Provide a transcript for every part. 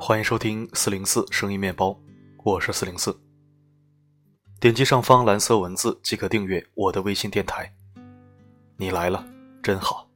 欢迎收听404声音面包，我是404。点击上方蓝色文字即可订阅我的微信电台。你来了，真好。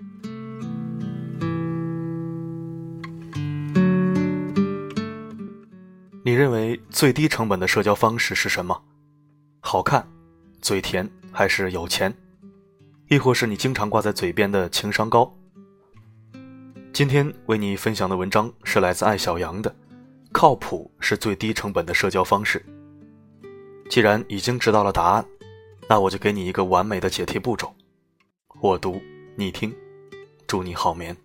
你认为最低成本的社交方式是什么？好看、嘴甜还是有钱？亦或是你经常挂在嘴边的情商高？今天为你分享的文章是来自艾小羊的，靠谱是最低成本的社交方式。既然已经知道了答案，那我就给你一个完美的解题步骤。我读，你听，祝你好眠。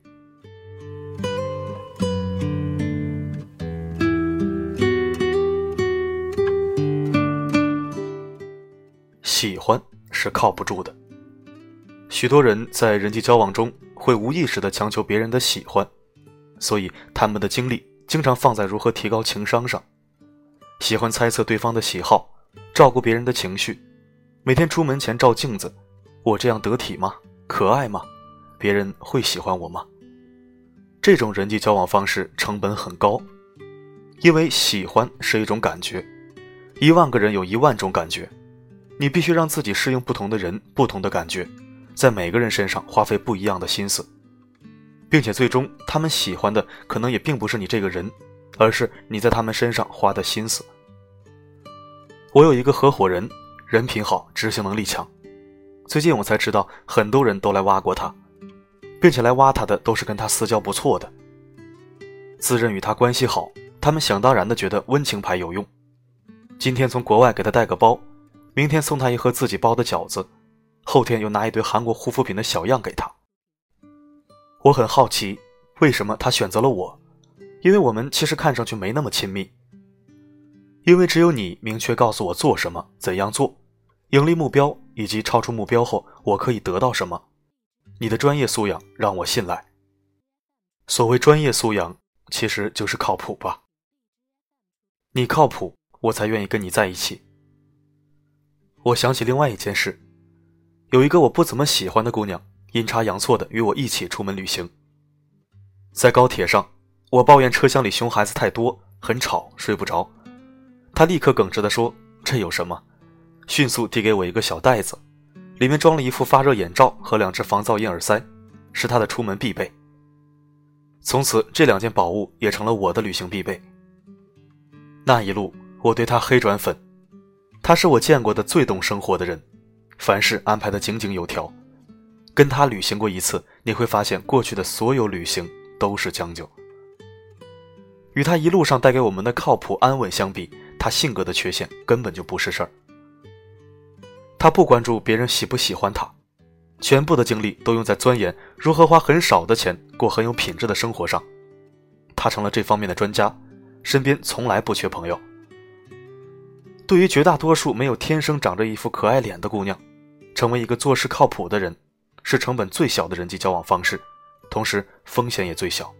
喜欢是靠不住的。许多人在人际交往中会无意识地强求别人的喜欢，所以他们的精力经常放在如何提高情商上，喜欢猜测对方的喜好，照顾别人的情绪，每天出门前照镜子，我这样得体吗？可爱吗？别人会喜欢我吗？这种人际交往方式成本很高，因为喜欢是一种感觉，10000个人有10000种感觉，你必须让自己适应不同的人，不同的感觉，在每个人身上花费不一样的心思，并且最终他们喜欢的可能也并不是你这个人，而是你在他们身上花的心思。我有一个合伙人，人品好，执行能力强。最近我才知道很多人都来挖过他，并且来挖他的都是跟他私交不错的，自认与他关系好，他们想当然地觉得温情牌有用。今天从国外给他带个包，明天送他一盒自己包的饺子，后天又拿一堆韩国护肤品的小样给他。我很好奇，为什么他选择了我？因为我们其实看上去没那么亲密。因为只有你明确告诉我做什么，怎样做，盈利目标以及超出目标后我可以得到什么。你的专业素养让我信赖。所谓专业素养，其实就是靠谱吧。你靠谱，我才愿意跟你在一起。我想起另外一件事，有一个我不怎么喜欢的姑娘，阴差阳错的与我一起出门旅行。在高铁上，我抱怨车厢里熊孩子太多，很吵，睡不着。她立刻耿直地说，这有什么？迅速递给我一个小袋子，里面装了一副发热眼罩和2只防噪音耳塞，是她的出门必备。从此这2件宝物也成了我的旅行必备。那一路我对她黑转粉，她是我见过的最懂生活的人，凡事安排得井井有条。跟他旅行过一次，你会发现过去的所有旅行都是将就。与他一路上带给我们的靠谱安稳相比，他性格的缺陷根本就不是事儿。他不关注别人喜不喜欢他，全部的精力都用在钻研如何花很少的钱过很有品质的生活上。他成了这方面的专家，身边从来不缺朋友。对于绝大多数没有天生长着一副可爱脸的姑娘，成为一个做事靠谱的人是成本最小的人际交往方式，同时风险也最小。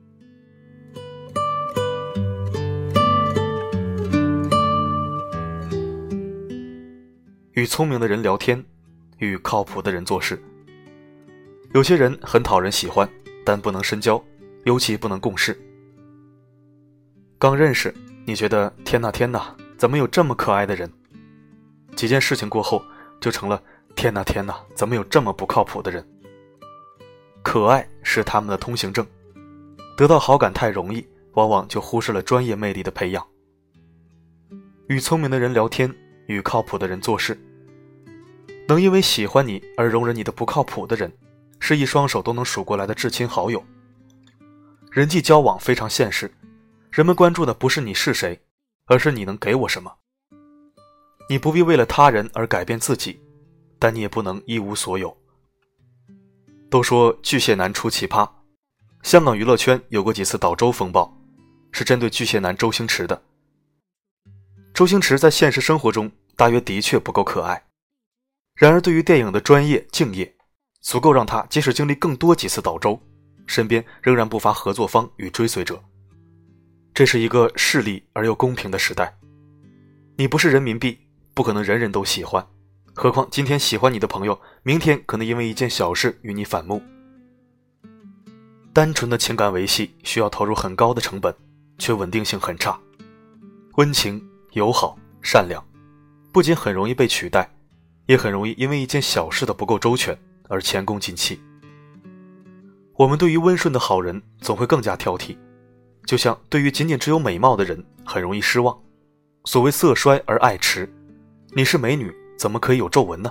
与聪明的人聊天，与靠谱的人做事。有些人很讨人喜欢，但不能深交，尤其不能共事。刚认识，你觉得天哪天哪，怎么有这么可爱的人？几件事情过后，就成了天哪天哪，怎么有这么不靠谱的人？可爱是他们的通行证，得到好感太容易，往往就忽视了专业魅力的培养。与聪明的人聊天，与靠谱的人做事。能因为喜欢你而容忍你的不靠谱的人，是一双手都能数过来的至亲好友。人际交往非常现实，人们关注的不是你是谁，而是你能给我什么。你不必为了他人而改变自己，但你也不能一无所有。都说巨蟹男出奇葩，香港娱乐圈有过几次倒周风暴，是针对巨蟹男周星驰的。周星驰在现实生活中大约的确不够可爱，然而对于电影的专业敬业，足够让他即使经历更多几次倒周，身边仍然不乏合作方与追随者。这是一个势利而又公平的时代，你不是人民币，不可能人人都喜欢，何况今天喜欢你的朋友，明天可能因为一件小事与你反目。单纯的情感维系需要投入很高的成本， 却稳定性很差，温情、友好、善良，不仅很容易被取代，也很容易因为一件小事的不够周全而前功尽弃。我们对于温顺的好人总会更加挑剔，就像对于仅仅只有美貌的人很容易失望。所谓色衰而爱弛，你是美女，怎么可以有皱纹呢？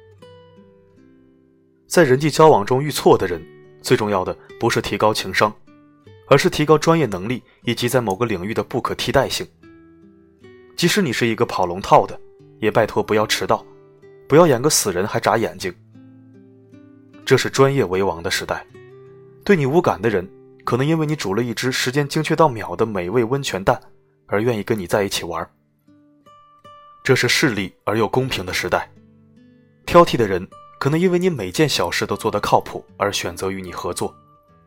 在人际交往中遇错的人，最重要的不是提高情商，而是提高专业能力以及在某个领域的不可替代性。即使你是一个跑龙套的，也拜托不要迟到，不要演个死人还眨眼睛。这是专业为王的时代，对你无感的人，可能因为你煮了一只时间精确到秒的美味温泉蛋，而愿意跟你在一起玩。这是势利而又公平的时代，挑剔的人可能因为你每件小事都做得靠谱而选择与你合作。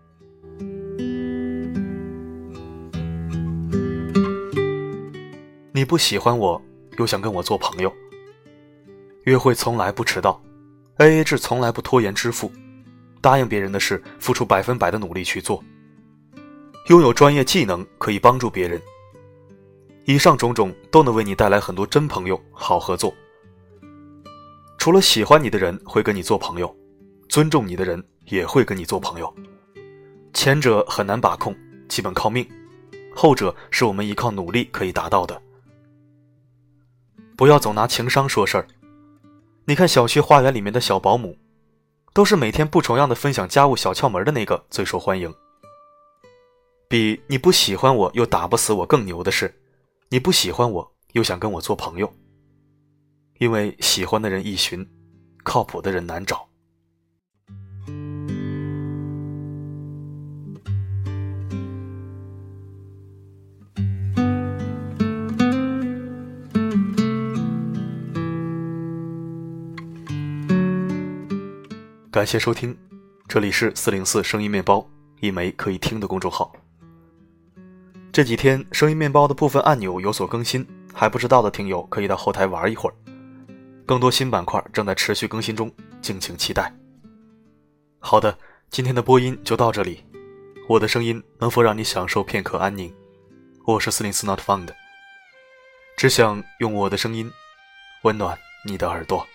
你不喜欢我，又想跟我做朋友。约会从来不迟到， AA 制从来不拖延支付，答应别人的事付出100%的努力去做，拥有专业技能可以帮助别人。以上种种都能为你带来很多真朋友，好合作。除了喜欢你的人会跟你做朋友，尊重你的人也会跟你做朋友。前者很难把控，基本靠命，后者是我们依靠努力可以达到的。不要总拿情商说事儿。你看小区花园里面的小保姆，都是每天不重样的分享家务小窍门的那个最受欢迎。比你不喜欢我又打不死我更牛的是，你不喜欢我又想跟我做朋友。因为喜欢的人易寻，靠谱的人难找。感谢收听，这里是404声音面包，一枚可以听的公众号。这几天声音面包的部分按钮有所更新，还不知道的听友可以到后台玩一会儿。更多新板块正在持续更新中，敬请期待。好的，今天的播音就到这里。我的声音能否让你享受片刻安宁？我是404 Not Found， 只想用我的声音温暖你的耳朵。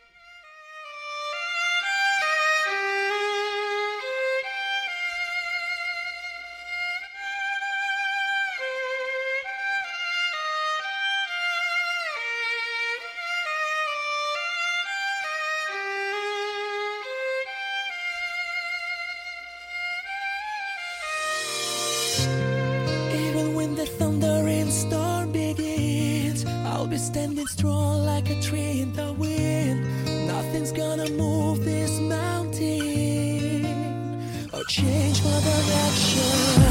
I'll be standing strong like a tree in the wind. Nothing's gonna move this mountain or change my direction.